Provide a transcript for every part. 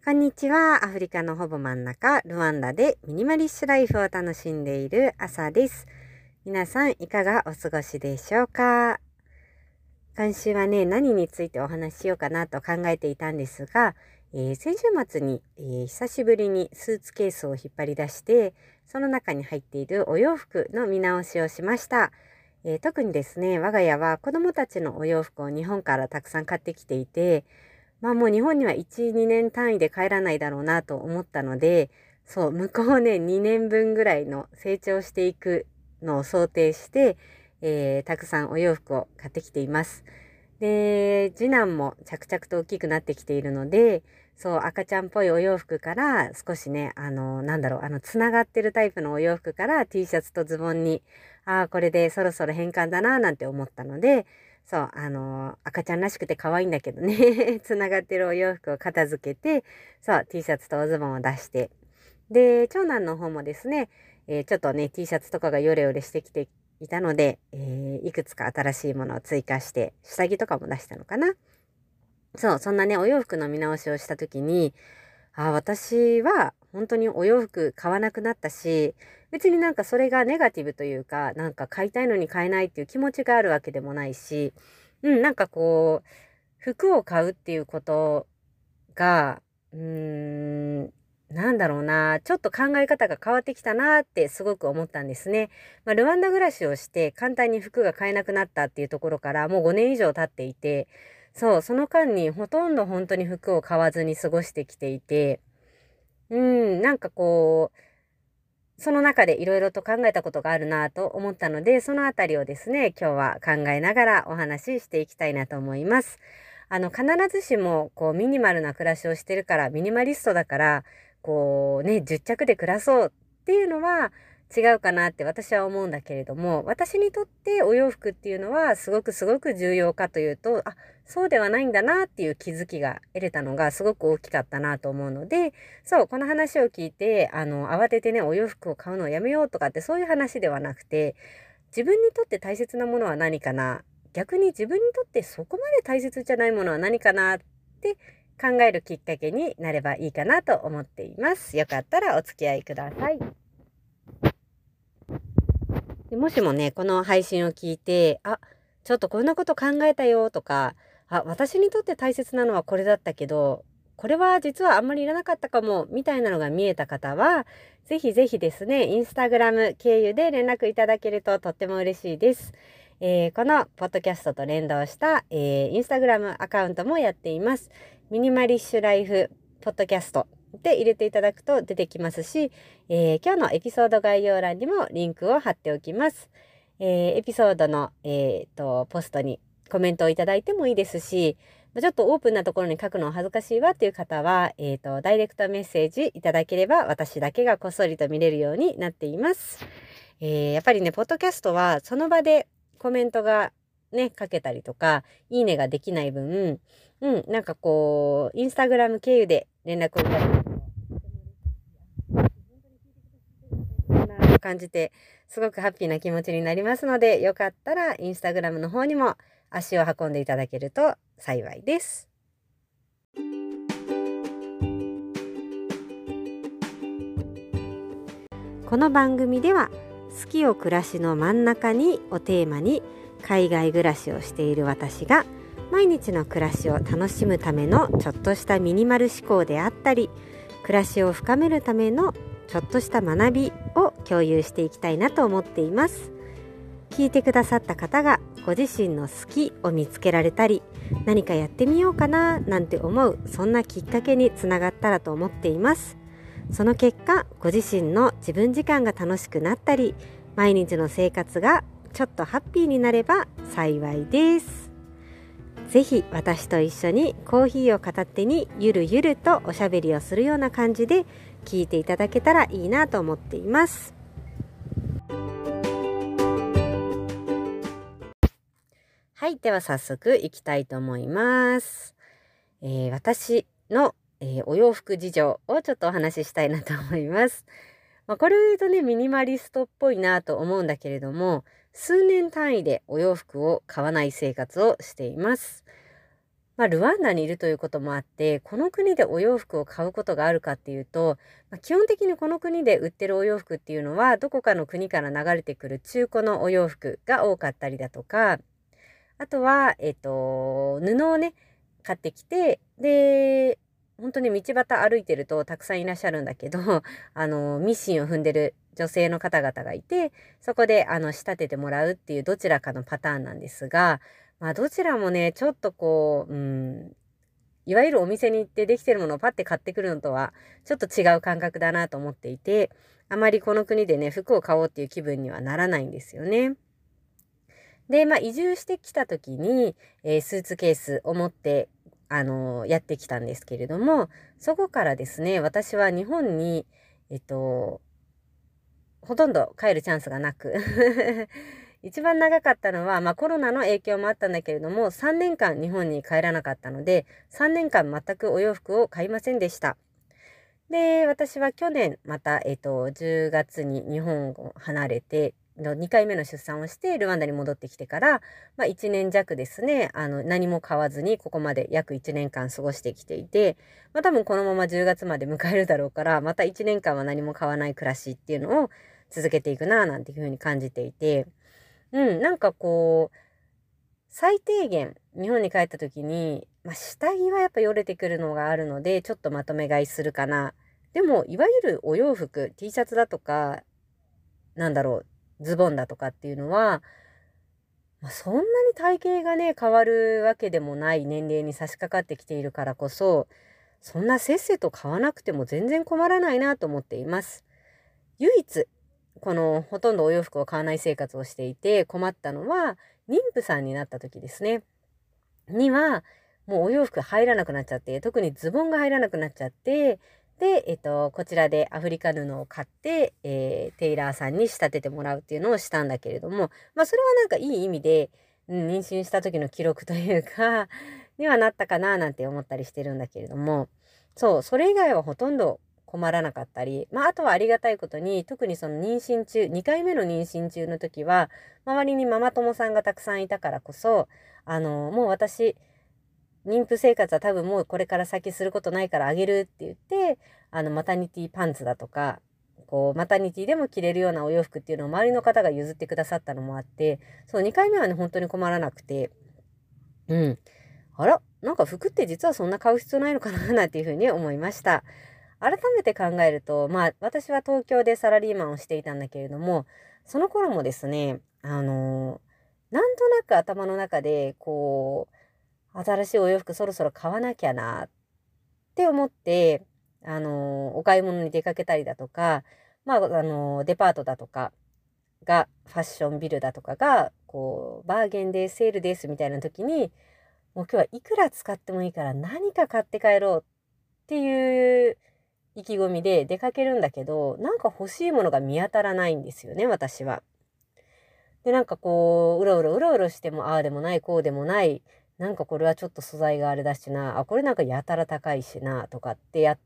こんにちは。アフリカのほぼ真ん中、ルワンダでミニマリッシュライフを楽しんでいる朝です。皆さんいかがお過ごしでしょうか？今週はね、何についてお話ししようかなと考えていたんですが、先週末に、久しぶりにスーツケースを引っ張り出して、その中に入っているお洋服の見直しをしました。特にですね、我が家は子供たちのお洋服を日本からたくさん買ってきていて、もう日本には1、2年単位で帰らないだろうなと思ったので、そう、向こうね、2年分ぐらいの成長していくのを想定して、たくさんお洋服を買ってきています。で、次男も着々と大きくなってきているので、そう、赤ちゃんっぽいお洋服から少しね、つながってるタイプのお洋服から T シャツとズボンに、これでそろそろ変換だななんて思ったので、そう、赤ちゃんらしくて可愛いんだけどね、つながってるお洋服を片付けて、そう、T シャツとおズボンを出して、で、長男の方もですね、ちょっとね、T シャツとかがヨレヨレしてきていたので、いくつか新しいものを追加して、下着とかも出したのかな。そう、そんなね、お洋服の見直しをした時に、私は本当にお洋服買わなくなったし、別になんかそれがネガティブというか、なんか買いたいのに買えないっていう気持ちがあるわけでもないし、なんかこう、服を買うっていうことが、なんだろうな、ちょっと考え方が変わってきたなってすごく思ったんですね。ルワンダ暮らしをして簡単に服が買えなくなったっていうところからもう5年以上経っていて、そう、その間にほとんど本当に服を買わずに過ごしてきていて、なんかこう、その中でいろいろと考えたことがあるなと思ったので、そのあたりをですね、今日は考えながらお話ししていきたいなと思います。必ずしも、こう、ミニマルな暮らしをしてるから、ミニマリストだから、こうね、10着で暮らそうっていうのは違うかなって私は思うんだけれども、私にとってお洋服っていうのはすごくすごく重要かというと、そうではないんだなっていう気づきが得れたのがすごく大きかったなと思うので、そう、この話を聞いて、慌ててね、お洋服を買うのをやめようとかってそういう話ではなくて、自分にとって大切なものは何かな、逆に自分にとってそこまで大切じゃないものは何かなって考えるきっかけになればいいかなと思っています。よかったらお付き合いください。でもしもね、この配信を聞いて、ちょっとこんなこと考えたよとか、私にとって大切なのはこれだったけど、これは実はあんまりいらなかったかも、みたいなのが見えた方は、ぜひぜひですね、インスタグラム経由で連絡いただけるととっても嬉しいです。このポッドキャストと連動した、インスタグラムアカウントもやっています。ミニマリッシュライフポッドキャストで入れていただくと出てきますし、今日のエピソード概要欄にもリンクを貼っておきます。エピソードの、ポストにコメントをいただいてもいいですし、ちょっとオープンなところに書くの恥ずかしいわっていう方は、ダイレクトメッセージいただければ私だけがこっそりと見れるようになっています。やっぱりね、ポッドキャストはその場でコメントがね、書けたりとか、いいねができない分、なんかこう、インスタグラム経由で連絡をいただくな感じて、すごくハッピーな気持ちになりますので、よかったらインスタグラムの方にも足を運んでいただけると幸いです。この番組では好きを暮らしの真ん中にをテーマに海外暮らしをしている私が毎日の暮らしを楽しむためのちょっとしたミニマル思考であったり、暮らしを深めるためのちょっとした学びを共有していきたいなと思っています。聞いてくださった方がご自身の好きを見つけられたり、何かやってみようかななんて思う、そんなきっかけにつながったらと思っています。その結果、ご自身の自分時間が楽しくなったり、毎日の生活がちょっとハッピーになれば幸いです。ぜひ私と一緒にコーヒーを片手にゆるゆるとおしゃべりをするような感じで聞いていただけたらいいなと思っています。はい、では早速いきたいと思います。私の、お洋服事情をちょっとお話ししたいなと思います。これを言うとね、ミニマリストっぽいなと思うんだけれども、数年単位でお洋服を買わない生活をしています。 ルワンダにいるということもあって、この国でお洋服を買うことがあるかっていうと、基本的にこの国で売ってるお洋服っていうのは、どこかの国から流れてくる中古のお洋服が多かったりだとか、あとは、布をね、買ってきて、で、本当に道端歩いてるとたくさんいらっしゃるんだけど、ミシンを踏んでる女性の方々がいて、そこで、仕立ててもらうっていうどちらかのパターンなんですが、どちらもね、ちょっとこう、いわゆるお店に行ってできてるものをパッて買ってくるのとは、ちょっと違う感覚だなと思っていて、あまりこの国でね、服を買おうっていう気分にはならないんですよね。で、移住してきた時に、スーツケースを持って、やってきたんですけれども、そこからですね、私は日本に、ほとんど帰るチャンスがなく一番長かったのは、コロナの影響もあったんだけれども、3年間日本に帰らなかったので、3年間全くお洋服を買いませんでした。で、私は去年また、10月に日本を離れて、2回目の出産をしてルワンダに戻ってきてから、1年弱ですね、何も買わずにここまで約1年間過ごしてきていて、多分このまま10月まで迎えるだろうから、また1年間は何も買わない暮らしっていうのを続けていくなぁなんていうふうに感じていて、なんかこう、最低限日本に帰った時に、下着はやっぱよれてくるのがあるので、ちょっとまとめ買いするかな。でも、いわゆるお洋服、T シャツだとか、ズボンだとかっていうのは、そんなに体型がね、変わるわけでもない年齢に差し掛かってきているからこそ、そんなせっせと買わなくても全然困らないなと思っています。唯一、このほとんどお洋服を買わない生活をしていて困ったのは、妊婦さんになった時ですね。には、もうお洋服入らなくなっちゃって、特にズボンが入らなくなっちゃって、で、こちらでアフリカ布を買って、テイラーさんに仕立ててもらうっていうのをしたんだけれども、それはなんかいい意味で、妊娠した時の記録というか、にはなったかななんて思ったりしてるんだけれども、そう、それ以外はほとんど困らなかったり、あとはありがたいことに、特にその妊娠中、2回目の妊娠中の時は、周りにママ友さんがたくさんいたからこそ、もう私、妊婦生活は多分もうこれから先することないからあげるって言って、マタニティパンツだとか、こう、マタニティでも着れるようなお洋服っていうのを周りの方が譲ってくださったのもあって、そう、2回目はね、本当に困らなくて、うん。あら、なんか服って実はそんな買う必要ないのかななんていうふうに思いました。改めて考えると、私は東京でサラリーマンをしていたんだけれども、その頃もですね、なんとなく頭の中で、こう、新しいお洋服そろそろ買わなきゃなって思って、お買い物に出かけたりだとか、デパートだとかが、ファッションビルだとかが、こう、バーゲンでセールですみたいな時に、もう今日はいくら使ってもいいから何か買って帰ろうっていう意気込みで出かけるんだけど、なんか欲しいものが見当たらないんですよね、私は。で、なんかこう、うろうろしても、ああでもない、こうでもない、なんかこれはちょっと素材があれだしな、これなんかやたら高いしな、とかってやって、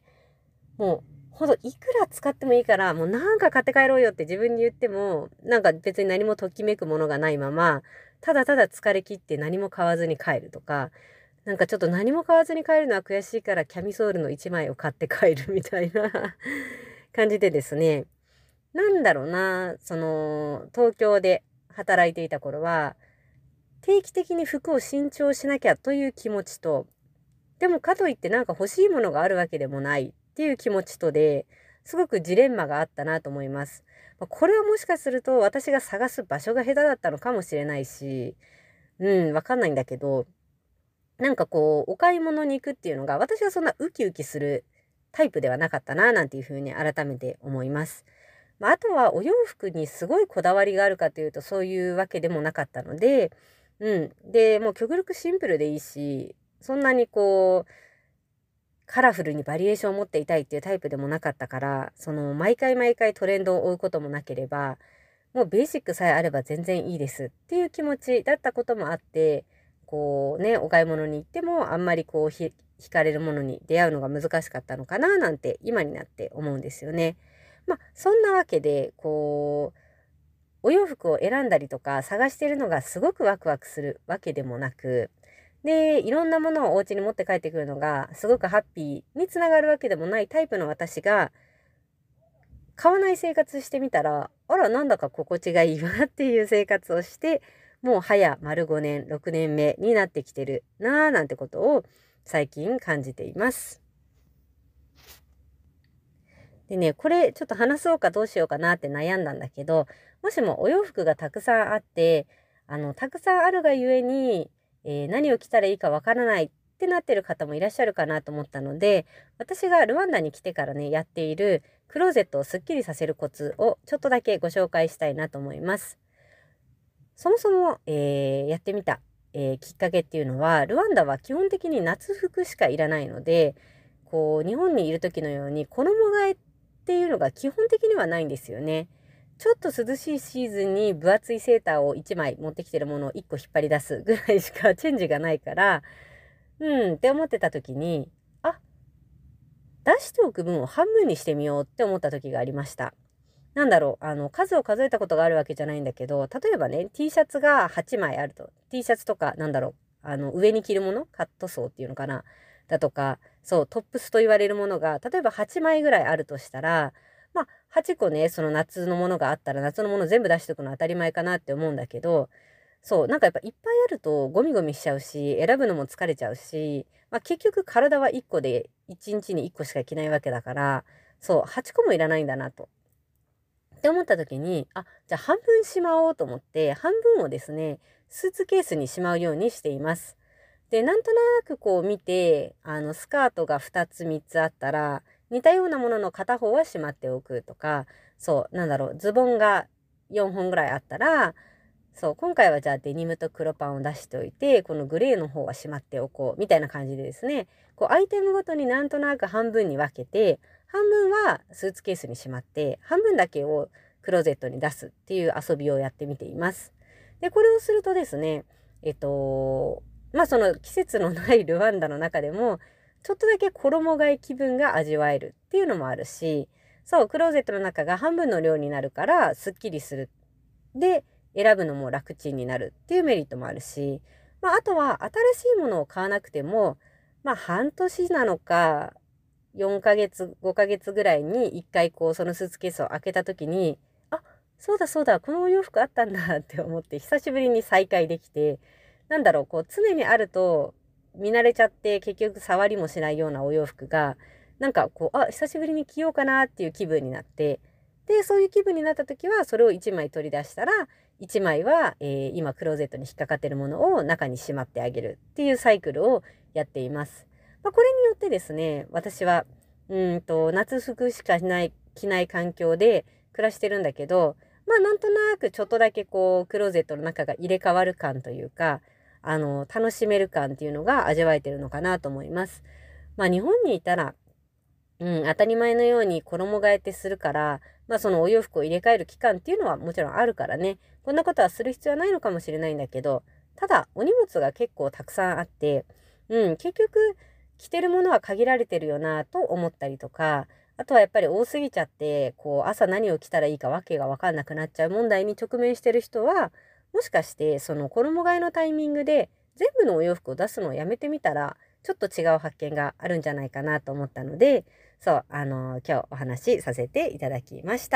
もう、ほんといくら使ってもいいから、もうなんか買って帰ろうよって自分に言っても、なんか別に何もときめくものがないまま、ただただ疲れ切って何も買わずに帰るとか、なんかちょっと何も買わずに帰るのは悔しいからキャミソールの1枚を買って帰るみたいな感じでですね、なんだろうな、その、東京で働いていた頃は、定期的に服を新調しなきゃという気持ちと、でもかといってなんか欲しいものがあるわけでもないっていう気持ちとで、すごくジレンマがあったなと思います。これはもしかすると私が探す場所が下手だったのかもしれないし、わかんないんだけど、なんかこう、お買い物に行くっていうのが、私はそんなウキウキするタイプではなかったな、なんていうふうに改めて思います。あとはお洋服にすごいこだわりがあるかというと、そういうわけでもなかったので、で、もう極力シンプルでいいし、そんなにこう、カラフルにバリエーションを持っていたいっていうタイプでもなかったから、その、毎回毎回トレンドを追うこともなければ、もうベーシックさえあれば全然いいですっていう気持ちだったこともあって、こうね、お買い物に行ってもあんまりこう惹かれるものに出会うのが難しかったのかななんて今になって思うんですよね。そんなわけで、こう、お洋服を選んだりとか探してるのがすごくワクワクするわけでもなく、 で、いろんなものをお家に持って帰ってくるのが、すごくハッピーにつながるわけでもないタイプの私が、買わない生活してみたら、あら、なんだか心地がいいわっていう生活をして、もう早丸5年、6年目になってきてるなぁなんてことを最近感じています。でね、これちょっと話そうかどうしようかなって悩んだんだけど、もしもお洋服がたくさんあって、たくさんあるがゆえに、何を着たらいいかわからないってなってる方もいらっしゃるかなと思ったので、私がルワンダに来てからね、やっているクローゼットをすっきりさせるコツをちょっとだけご紹介したいなと思います。そもそも、やってみた、きっかけっていうのは、ルワンダは基本的に夏服しかいらないので、こう、日本にいる時のように衣替えっていうのが基本的にはないんですよね。ちょっと涼しいシーズンに分厚いセーターを1枚持ってきてるものを1個引っ張り出すぐらいしかチェンジがないから、って思ってた時に、あ、出しておく分を半分にしてみようって思った時がありました。なんだろう、数を数えたことがあるわけじゃないんだけど、例えばね、T シャツが8枚あると。T シャツとか、なんだろう、上に着るものカットソーっていうのかなだとか、そう、トップスと言われるものが、例えば8枚ぐらいあるとしたら、まあ、8個ね、その夏のものがあったら、夏のもの全部出しておくのは当たり前かなって思うんだけど、そう、なんかやっぱいっぱいあるとゴミゴミしちゃうし、選ぶのも疲れちゃうし、まあ結局体は1個で1日に1個しか着ないわけだから、そう、8個もいらないんだなと。って思った時に、あ、じゃあ半分しまおうと思って、半分をですね、スーツケースにしまうようにしています。で、なんとなくこう見て、スカートが2つ3つあったら、似たようなものの片方はしまっておくとか、そう、なんだろう、ズボンが4本ぐらいあったら、そう、今回はじゃあデニムと黒パンを出しておいて、このグレーの方はしまっておこう、みたいな感じでですね、こうアイテムごとになんとなく半分に分けて、半分はスーツケースにしまって、半分だけをクローゼットに出すっていう遊びをやってみています。で、これをするとですね、まあその季節のないルワンダの中でも、ちょっとだけ衣替え気分が味わえるっていうのもあるし、そう、クローゼットの中が半分の量になるから、すっきりする。で、選ぶのも楽ちんになるっていうメリットもあるし、まあ、あとは新しいものを買わなくても、まあ、半年なのか、4ヶ月、5ヶ月ぐらいに1回こう、そのスーツケースを開けた時に、あ、そうだそうだ、このお洋服あったんだって思って、久しぶりに再会できて、なんだろう、こう、常にあると、見慣れちゃって、結局触りもしないようなお洋服が、なんかこう、あ、久しぶりに着ようかなっていう気分になって、で、そういう気分になった時は、それを1枚取り出したら、1枚は、今クローゼットに引っかかってるものを中にしまってあげるっていうサイクルをやっています。まあ、これによってですね、私は、夏服しか着ない環境で暮らしてるんだけど、まあなんとなくちょっとだけこう、クローゼットの中が入れ替わる感というか、楽しめる感っていうのが味わえてるのかなと思います。まあ日本にいたら、当たり前のように衣替えってするから、まあそのお洋服を入れ替える期間っていうのはもちろんあるからね、こんなことはする必要はないのかもしれないんだけど、ただお荷物が結構たくさんあって、結局着てるものは限られてるよなと思ったりとか、あとはやっぱり多すぎちゃって、こう朝何を着たらいいかわけがわかんなくなっちゃう問題に直面してる人は、もしかしてその衣替えのタイミングで全部のお洋服を出すのをやめてみたら、ちょっと違う発見があるんじゃないかなと思ったので、そう、今日お話しさせていただきました。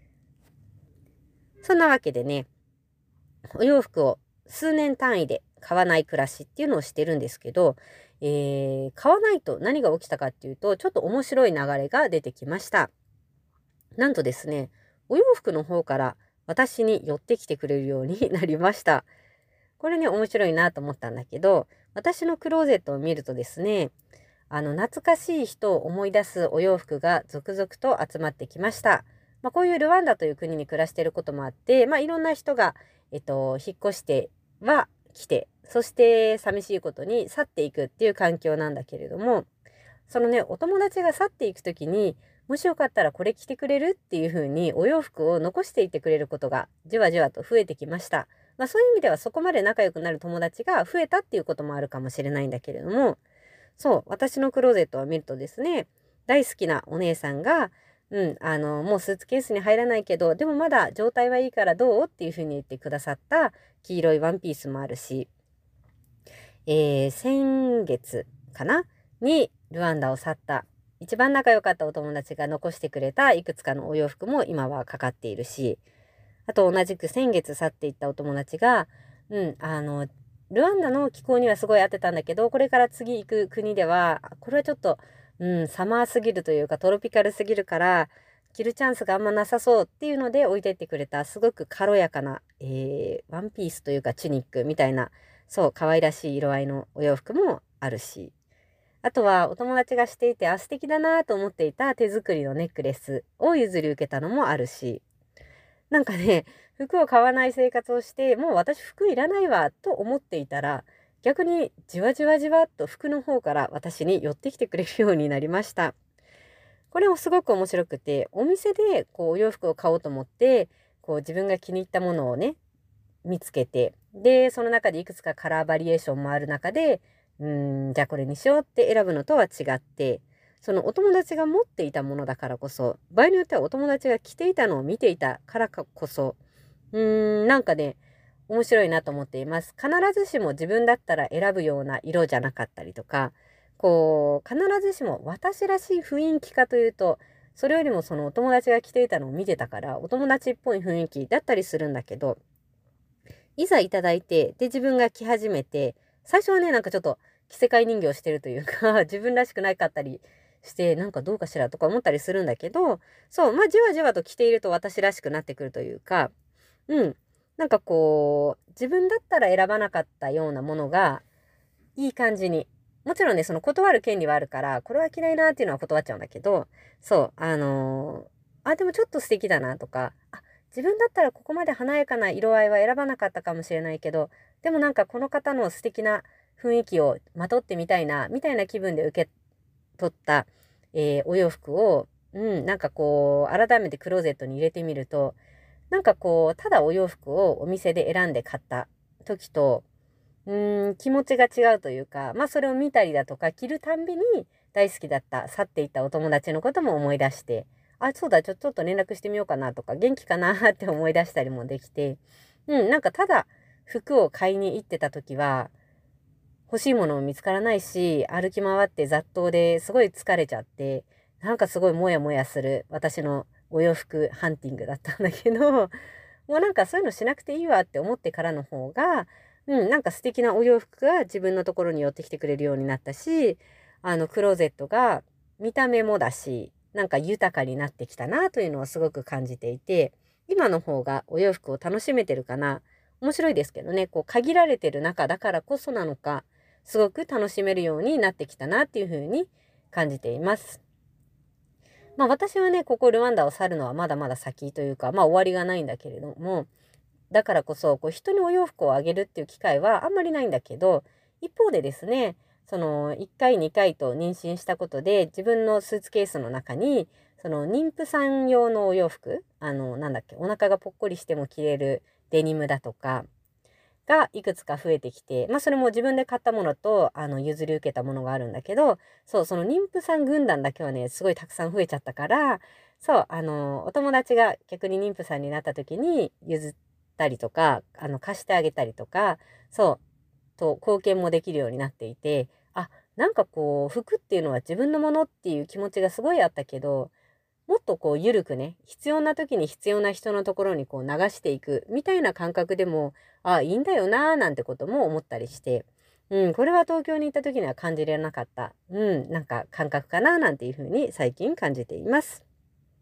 そんなわけでね、お洋服を数年単位で買わない暮らしっていうのをしてるんですけど、買わないと何が起きたかっていうと、ちょっと面白い流れが出てきました。なんとですね、お洋服の方から私に寄ってきてくれるようになりました。これね、面白いなと思ったんだけど、私のクローゼットを見るとですね、懐かしい人を思い出すお洋服が続々と集まってきました。まあ、こういうルワンダという国に暮らしていることもあって、まあ、いろんな人が、引っ越しては来て、そして寂しいことに去っていくっていう環境なんだけれども、そのね、お友達が去っていくときに、もしよかったらこれ着てくれるっていう風にお洋服を残していってくれることがじわじわと増えてきました。まあそういう意味ではそこまで仲良くなる友達が増えたっていうこともあるかもしれないんだけれども、そう、私のクローゼットを見るとですね、大好きなお姉さんが、もうスーツケースに入らないけど、でもまだ状態はいいからどうっていうふうに言ってくださった黄色いワンピースもあるし、 先月かなにルワンダを去った一番仲良かったお友達が残してくれたいくつかのお洋服も今はかかっているし、あと同じく先月去っていったお友達が、ルワンダの気候にはすごい合ってたんだけど、これから次行く国では、これはちょっと、サマーすぎるというかトロピカルすぎるから、着るチャンスがあんまなさそうっていうので置いてってくれた、すごく軽やかな、ワンピースというかチュニックみたいな、そう、可愛らしい色合いのお洋服もあるし、あとはお友達がしていて、素敵だなと思っていた手作りのネックレスを譲り受けたのもあるし、なんかね、服を買わない生活をして、もう私服いらないわと思っていたら、逆にじわじわじわっと服の方から私に寄ってきてくれるようになりました。これもすごく面白くて、お店でこうお洋服を買おうと思って、こう自分が気に入ったものをね、見つけて、で、その中でいくつかカラーバリエーションもある中で、じゃあこれにしようって選ぶのとは違って、そのお友達が持っていたものだからこそ、場合によってはお友達が着ていたのを見ていたからこそ、なんかね、面白いなと思っています。必ずしも自分だったら選ぶような色じゃなかったりとか、こう、必ずしも私らしい雰囲気かというと、それよりもそのお友達が着ていたのを見てたから、お友達っぽい雰囲気だったりするんだけど、いざいただいて、で、自分が着始めて、最初はね、なんかちょっと着せ替え人形してるというか、自分らしくなかったりして、なんかどうかしらとか思ったりするんだけど、そう、まあ、じわじわと着ていると私らしくなってくるというか、うん。なんかこう、自分だったら選ばなかったようなものが、いい感じに。もちろんね、その断る権利はあるから、これは着ないなっていうのは断っちゃうんだけど、そう、でもちょっと素敵だなとか、自分だったらここまで華やかな色合いは選ばなかったかもしれないけど、でもなんかこの方の素敵な雰囲気をまとってみたいな、みたいな気分で受け取った、お洋服を、なんかこう、改めてクローゼットに入れてみると、なんかこう、ただお洋服をお店で選んで買った時と、気持ちが違うというか、まあそれを見たりだとか、着るたんびに大好きだった、去っていったお友達のことも思い出して、そうだ、ちょっと連絡してみようかなとか、元気かなって思い出したりもできて、なんかただ服を買いに行ってた時は、欲しいものも見つからないし、歩き回って雑踏ですごい疲れちゃって、なんかすごいモヤモヤする私のお洋服ハンティングだったんだけど、もうなんかそういうのしなくていいわって思ってからの方が、なんか素敵なお洋服が自分のところに寄ってきてくれるようになったし、クローゼットが見た目もだし、なんか豊かになってきたなというのをすごく感じていて、今の方がお洋服を楽しめてるかな。面白いですけどね、こう限られてる中だからこそなのか、すごく楽しめるようになってきたなっていうふうに感じています。まあ私はね、ここルワンダを去るのはまだまだ先というか、まあ終わりがないんだけれども、だからこそ、こう人にお洋服をあげるっていう機会はあんまりないんだけど、一方でですね、その1回2回と妊娠したことで自分のスーツケースの中に、その妊婦さん用のお洋服、なんだっけ、お腹がぽっこりしても着れるデニムだとか、がいくつか増えてきて、まあそれも自分で買ったものと、譲り受けたものがあるんだけど、そう、その妊婦さん軍団だけはね、すごいたくさん増えちゃったから、そう、お友達が逆に妊婦さんになった時に譲ったりとか、貸してあげたりとか、そう、と貢献もできるようになっていて、なんかこう、服っていうのは自分のものっていう気持ちがすごいあったけど、もっとこう緩くね、必要な時に必要な人のところにこう流していくみたいな感覚でも、いいんだよなーなんてことも思ったりして、これは東京に行った時には感じれなかった、なんか感覚かななんていうふうに最近感じています。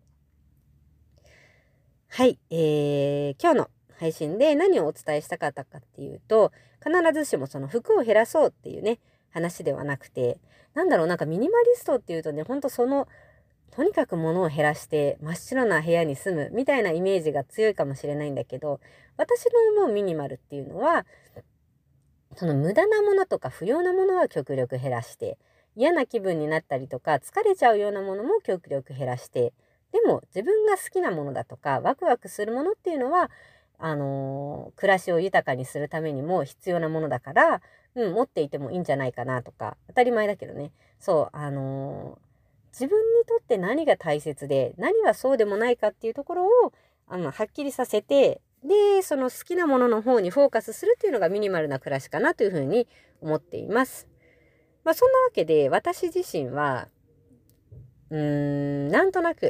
はい、今日の配信で何をお伝えしたかったかっていうと、必ずしもその服を減らそうっていうね、話ではなくて、なんかミニマリストっていうとね、ほんととにかく物を減らして真っ白な部屋に住むみたいなイメージが強いかもしれないんだけど、私の思うミニマルっていうのは、その無駄なものとか不要なものは極力減らして、嫌な気分になったりとか疲れちゃうようなものも極力減らして、でも自分が好きなものだとかワクワクするものっていうのは、暮らしを豊かにするためにも必要なものだから、持っていてもいいんじゃないかなとか、当たり前だけどね。そう、自分にとって何が大切で、何はそうでもないかっていうところを、はっきりさせて、 で、その好きなものの方にフォーカスするっていうのがミニマルな暮らしかなというふうに思っています。そんなわけで私自身は、なんとなく、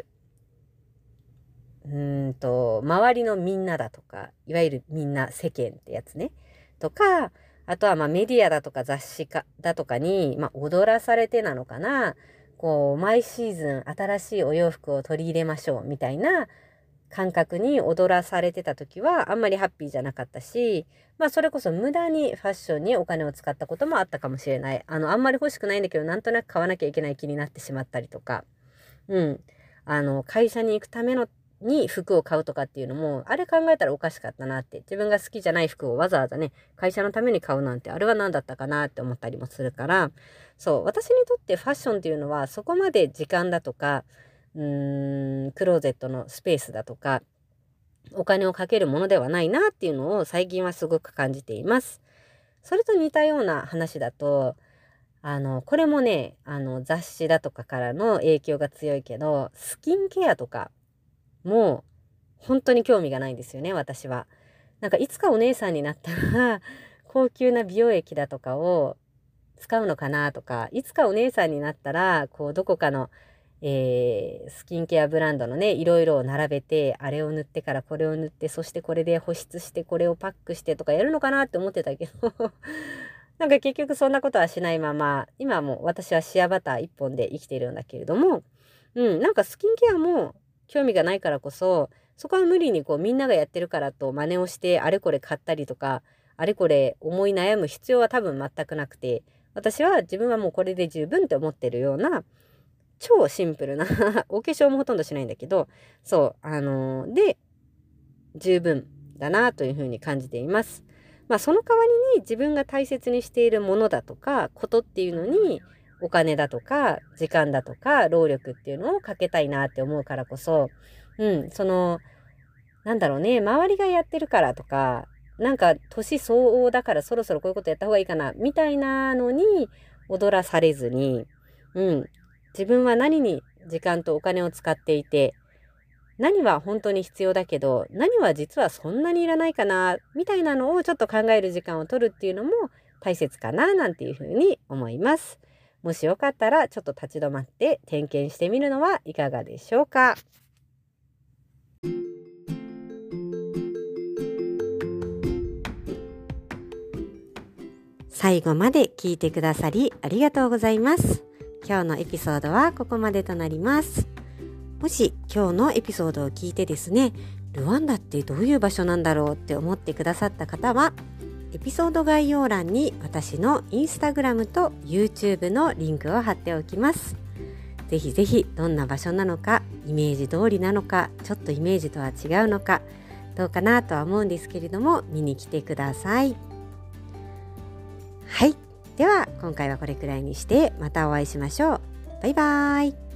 周りのみんなだとか、いわゆるみんな世間ってやつね。とか、あとはメディアだとか雑誌だとかに、踊らされてなのかな。毎シーズン新しいお洋服を取り入れましょうみたいな感覚に踊らされてた時はあんまりハッピーじゃなかったし、それこそ無駄にファッションにお金を使ったこともあったかもしれない。あんまり欲しくないんだけど、なんとなく買わなきゃいけない気になってしまったりとか。会社に行くために服を買うとかっていうのも、あれ考えたらおかしかったなって。自分が好きじゃない服をわざわざね、会社のために買うなんて、あれは何だったかなって思ったりもするから、そう、私にとってファッションっていうのは、そこまで時間だとか、クローゼットのスペースだとか、お金をかけるものではないなっていうのを最近はすごく感じています。それと似たような話だと、これもね、雑誌だとかからの影響が強いけど、スキンケアとかも本当に興味がないんですよね、私は。なんかいつかお姉さんになったら、高級な美容液だとかを使うのかなとか、いつかお姉さんになったら、どこかの、スキンケアブランドのね、いろいろを並べて、あれを塗ってからこれを塗って、そしてこれで保湿して、これをパックしてとかやるのかなって思ってたけど、なんか結局そんなことはしないまま、今はもう私はシアバター一本で生きているんだけれども、なんかスキンケアも興味がないからこそ、そこは無理にみんながやってるからと真似をしてあれこれ買ったりとか、あれこれ思い悩む必要は多分全くなくて、私は自分はもうこれで十分って思ってるような、超シンプルなお化粧もほとんどしないんだけど、そう、で、十分だなというふうに感じています。その代わりに自分が大切にしているものだとか、ことっていうのに、お金だとか、時間だとか、労力っていうのをかけたいなって思うからこそ、なんだろうね、周りがやってるからとか、なんか年相応だからそろそろこういうことやった方がいいかな、みたいなのに踊らされずに、自分は何に時間とお金を使っていて、何は本当に必要だけど、何は実はそんなにいらないかな、みたいなのをちょっと考える時間を取るっていうのも大切かな、なんていうふうに思います。もしよかったらちょっと立ち止まって点検してみるのはいかがでしょうか。最後まで聞いてくださりありがとうございます。今日のエピソードはここまでとなります。もし今日のエピソードを聞いてですね、ルワンダってどういう場所なんだろうって思ってくださった方は、エピソード概要欄に私のインスタグラムと YouTube のリンクを貼っておきます。ぜひぜひどんな場所なのか、イメージ通りなのか、ちょっとイメージとは違うのか、どうかなとは思うんですけれども、見に来てください。はい。では今回はこれくらいにしてまたお会いしましょう。バイバーイ。